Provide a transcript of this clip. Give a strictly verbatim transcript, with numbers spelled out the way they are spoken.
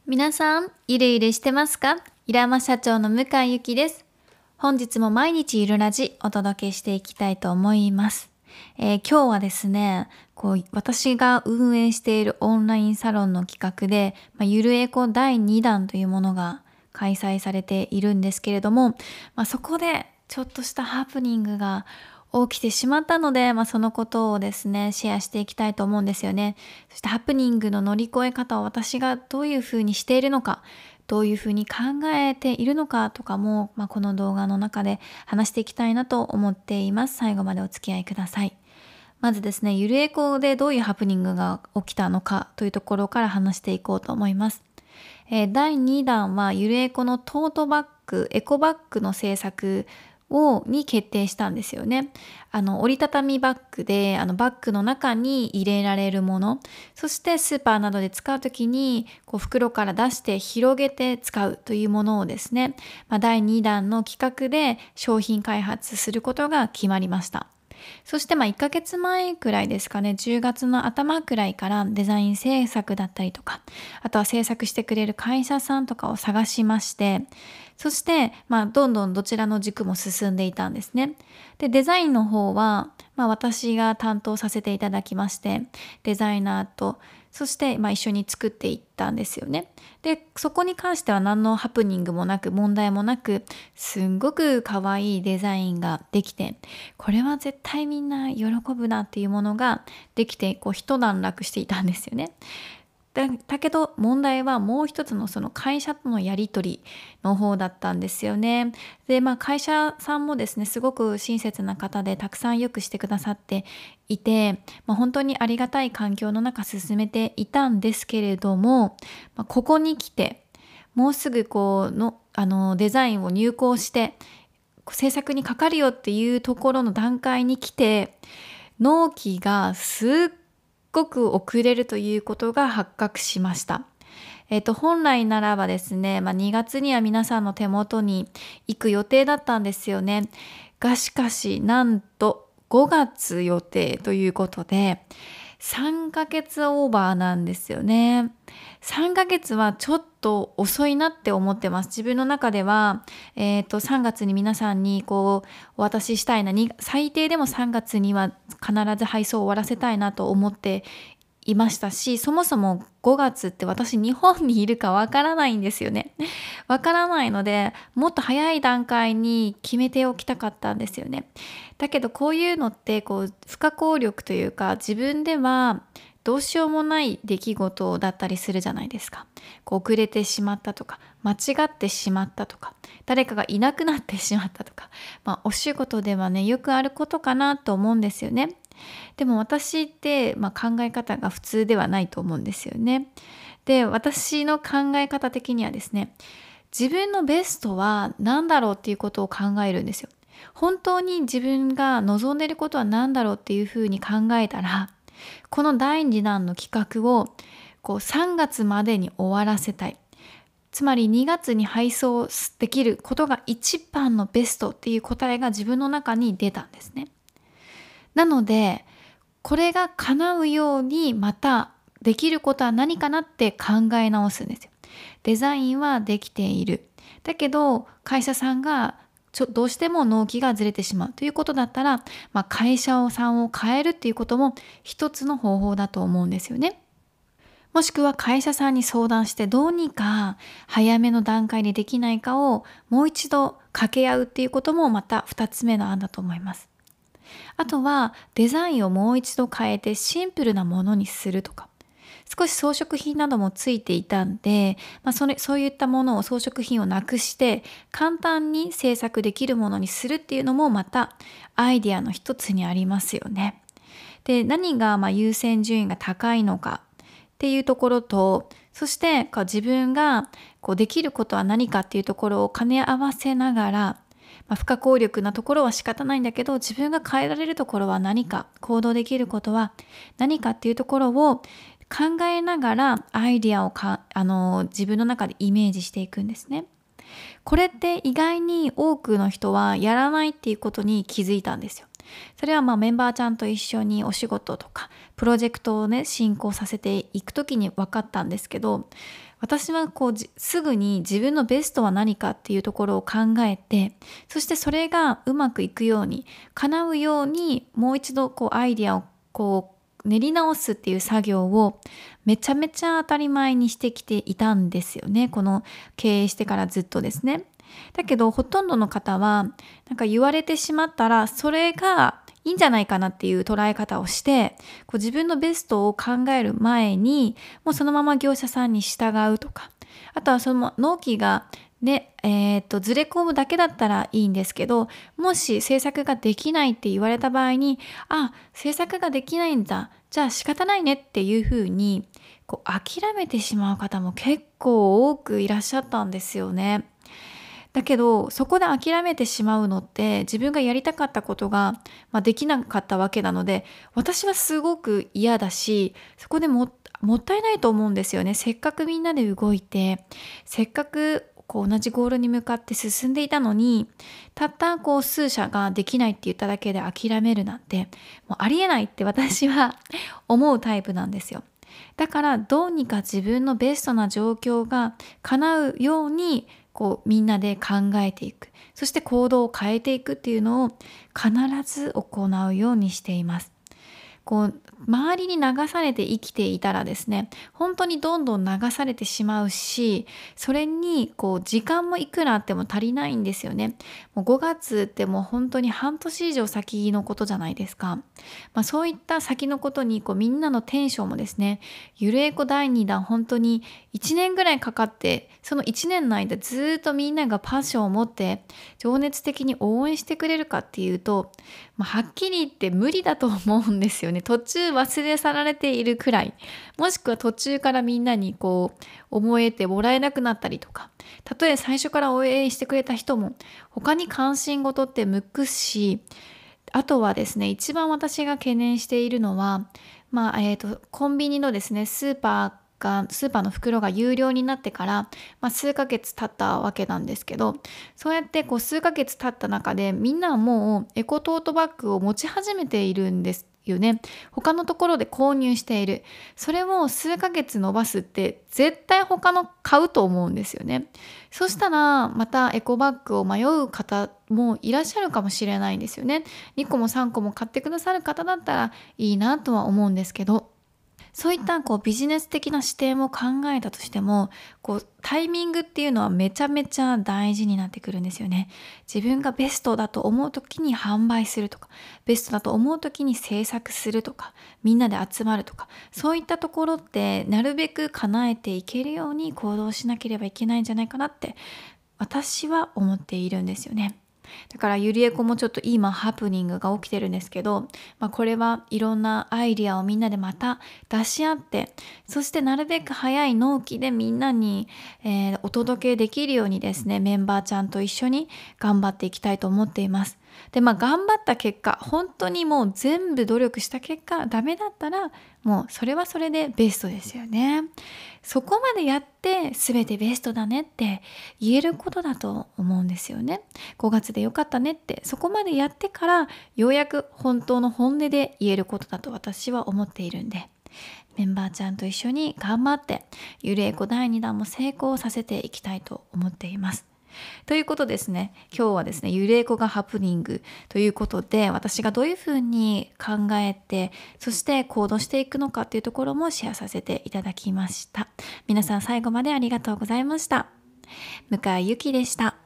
皆さん、ゆるゆるしてますか？イラマ社長の向井ゆきです。本日も毎日ゆるラジお届けしていきたいと思います。えー、今日はですね、こう私が運営しているオンラインサロンの企画で、まあ、ゆるエコだいにだんというものが開催されているんですけれども、まあ、そこでちょっとしたハプニングが起きてしまったので、まあ、そのことをですね、シェアしていきたいと思うんですよね。そしてハプニングの乗り越え方を私がどういうふうにしているのか、どういうふうに考えているのかとかも、まあ、この動画の中で話していきたいなと思っています。最後までお付き合いください。まずですね、ゆるエコでどういうハプニングが起きたのかというところから話していこうと思います。えー、だいにだんはゆるエコのトートバッグ、エコバッグの制作をに決定したんですよね。あの折りたたみバッグで、あのバッグの中に入れられるもの、そしてスーパーなどで使うときにこう袋から出して広げて使うというものをですね、まあ、だいにだんの企画で商品開発することが決まりました。そしてまあいっかげつまえくらいですかね、じゅうがつの頭くらいからデザイン制作だったりとか、あとは制作してくれる会社さんとかを探しまして、そしてまあどんどんどちらの軸も進んでいたんですね。で、デザインの方はまあ私が担当させていただきまして、デザイナーとそしてまあ一緒に作っていったんですよね。で、そこに関しては何のハプニングもなく問題もなく、すんごく可愛いデザインができて、これは絶対みんな喜ぶなっていうものができて、こう一段落していたんですよね。だ, だけど問題はもう一つのその会社とのやり取りの方だったんですよね。で、まあ会社さんもですね、すごく親切な方でたくさんよくしてくださっていて、まあ、本当にありがたい環境の中進めていたんですけれども、まあ、ここに来てもうすぐこうのあのデザインを入稿して制作にかかるよっていうところの段階に来て、納期がすっごく遅れるということが発覚しました。えっと、本来ならばですね、まあ、にがつには皆さんの手元に行く予定だったんですよね。がしかし、なんとごがつ予定ということで、さんかげつオーバーなんですよね。さんかげつはちょっと遅いなって思ってます。自分の中では、えっと、さんがつに皆さんにこうお渡ししたいな、最低でもさんがつには必ず配送を終わらせたいなと思っていましたし、そもそもごがつって私日本にいるかわからないんですよね。わからないので、もっと早い段階に決めておきたかったんですよね。だけどこういうのってこう不可抗力というか、自分ではどうしようもない出来事だったりするじゃないですか。こう遅れてしまったとか、間違ってしまったとか、誰かがいなくなってしまったとか、まあお仕事ではね、よくあることかなと思うんですよね。でも私って、まあ、考え方が普通ではないと思うんですよね。で、私の考え方的にはですね、自分のベストは何だろうっていうことを考えるんですよ。本当に自分が望んでいることは何だろうっていうふうに考えたら、このだいにだんの企画をこうさんがつまでに終わらせたい。つまりにがつに配送できることが一番のベストっていう答えが自分の中に出たんですね。なので、これが叶うようにまたできることは何かなって考え直すんですよ。デザインはできている。だけど会社さんがちょどうしても納期がずれてしまうということだったら、まあ、会社さんを変えるっていうことも一つの方法だと思うんですよね。もしくは会社さんに相談してどうにか早めの段階でできないかをもう一度掛け合うっていうこともまた二つ目の案だと思います。あとはデザインをもう一度変えてシンプルなものにするとか、少し装飾品などもついていたんで、まあ、それそういったものを装飾品をなくして簡単に制作できるものにするっていうのもまたアイディアの一つにありますよね。で、何がまあ優先順位が高いのかっていうところと、そしてこう自分がこうできることは何かっていうところを兼ね合わせながら、まあ、不可抗力なところは仕方ないんだけど、自分が変えられるところは何か、行動できることは何かっていうところを考えながらアイディアをかあの自分の中でイメージしていくんですね。これって意外に多くの人はやらないっていうことに気づいたんですよ。 それはまあメンバーちゃんと一緒にお仕事とかプロジェクトをね進行させていくときに分かったんですけど、私はこうじすぐに自分のベストは何かっていうところを考えて、そしてそれがうまくいくように叶うようにもう一度こうアイディアをこう練り直すっていう作業をめちゃめちゃ当たり前にしてきていたんですよね。この経営してからずっとですね。だけどほとんどの方はなんか言われてしまったらそれがいいんじゃないかなっていう捉え方をして、こう自分のベストを考える前にもうそのまま業者さんに従うとか、あとはその納期がね、えー、とずれ込むだけだったらいいんですけど、もし制作ができないって言われた場合に、あ、制作ができないんだ、じゃあ仕方ないねっていうふうにこう諦めてしまう方も結構多くいらっしゃったんですよね。だけどそこで諦めてしまうのって自分がやりたかったことが、まあ、できなかったわけなので、私はすごく嫌だし、そこでももったいないと思うんですよね。せっかくみんなで動いて、せっかくこう同じゴールに向かって進んでいたのに、たったこう数社ができないって言っただけで諦めるなんてもうありえないって私は思うタイプなんですよ。だからどうにか自分のベストな状況が叶うようにこうみんなで考えていく、そして行動を変えていくっていうのを必ず行うようにしています。こう周りに流されて生きていたらですね、本当にどんどん流されてしまうし、それにこう時間もいくらあっても足りないんですよね。もうごがつってもう本当に半年以上先のことじゃないですか。まあ、そういった先のことにこうみんなのテンションもですね、ゆるえこだいにだん本当にいちねんぐらいかかって、そのいちねんの間ずっとみんながパッションを持って情熱的に応援してくれるかっていうと、まあ、はっきり言って無理だと思うんですよね。途中忘れ去られているくらい、もしくは途中からみんなにこう思えてもらえなくなったりとか、たとえ最初から応援してくれた人も他に関心事って向くし、あとはですね、一番私が懸念しているのは、まあえーと、コンビニのですね、スーパーがスーパーの袋が有料になってから、まあ、数ヶ月経ったわけなんですけど、そうやってこう数ヶ月経った中でみんなはもうエコトートバッグを持ち始めているんですよね。他のところで購入している。それを数ヶ月伸ばすって絶対他の買うと思うんですよね。そしたらまたエコバッグを迷う方もいらっしゃるかもしれないんですよね。にこもさんこも買ってくださる方だったらいいなとは思うんですけど、そういったこうビジネス的な視点を考えたとしても、こうタイミングっていうのはめちゃめちゃ大事になってくるんですよね。自分がベストだと思う時に販売するとか、ベストだと思う時に制作するとか、みんなで集まるとか、そういったところってなるべく叶えていけるように行動しなければいけないんじゃないかなって私は思っているんですよね。だからゆりえこもちょっと今ハプニングが起きてるんですけど、まあ、これはいろんなアイディアをみんなでまた出し合って、そしてなるべく早い納期でみんなに、えーお届けできるようにですね、メンバーちゃんと一緒に頑張っていきたいと思っています。でまあ頑張った結果、本当にもう全部努力した結果ダメだったら、もうそれはそれでベストですよね。そこまでやって全てベストだねって言えることだと思うんですよね。ごがつでよかったねってそこまでやってからようやく本当の本音で言えることだと私は思っているんで、メンバーちゃんと一緒に頑張ってゆるえこだいにだんも成功させていきたいと思っています。ということですね、今日はですね、ゆるえこがハプニングということで、私がどういうふうに考えて、そして行動していくのかっていうところもシェアさせていただきました。皆さん最後までありがとうございました。向井ゆきでした。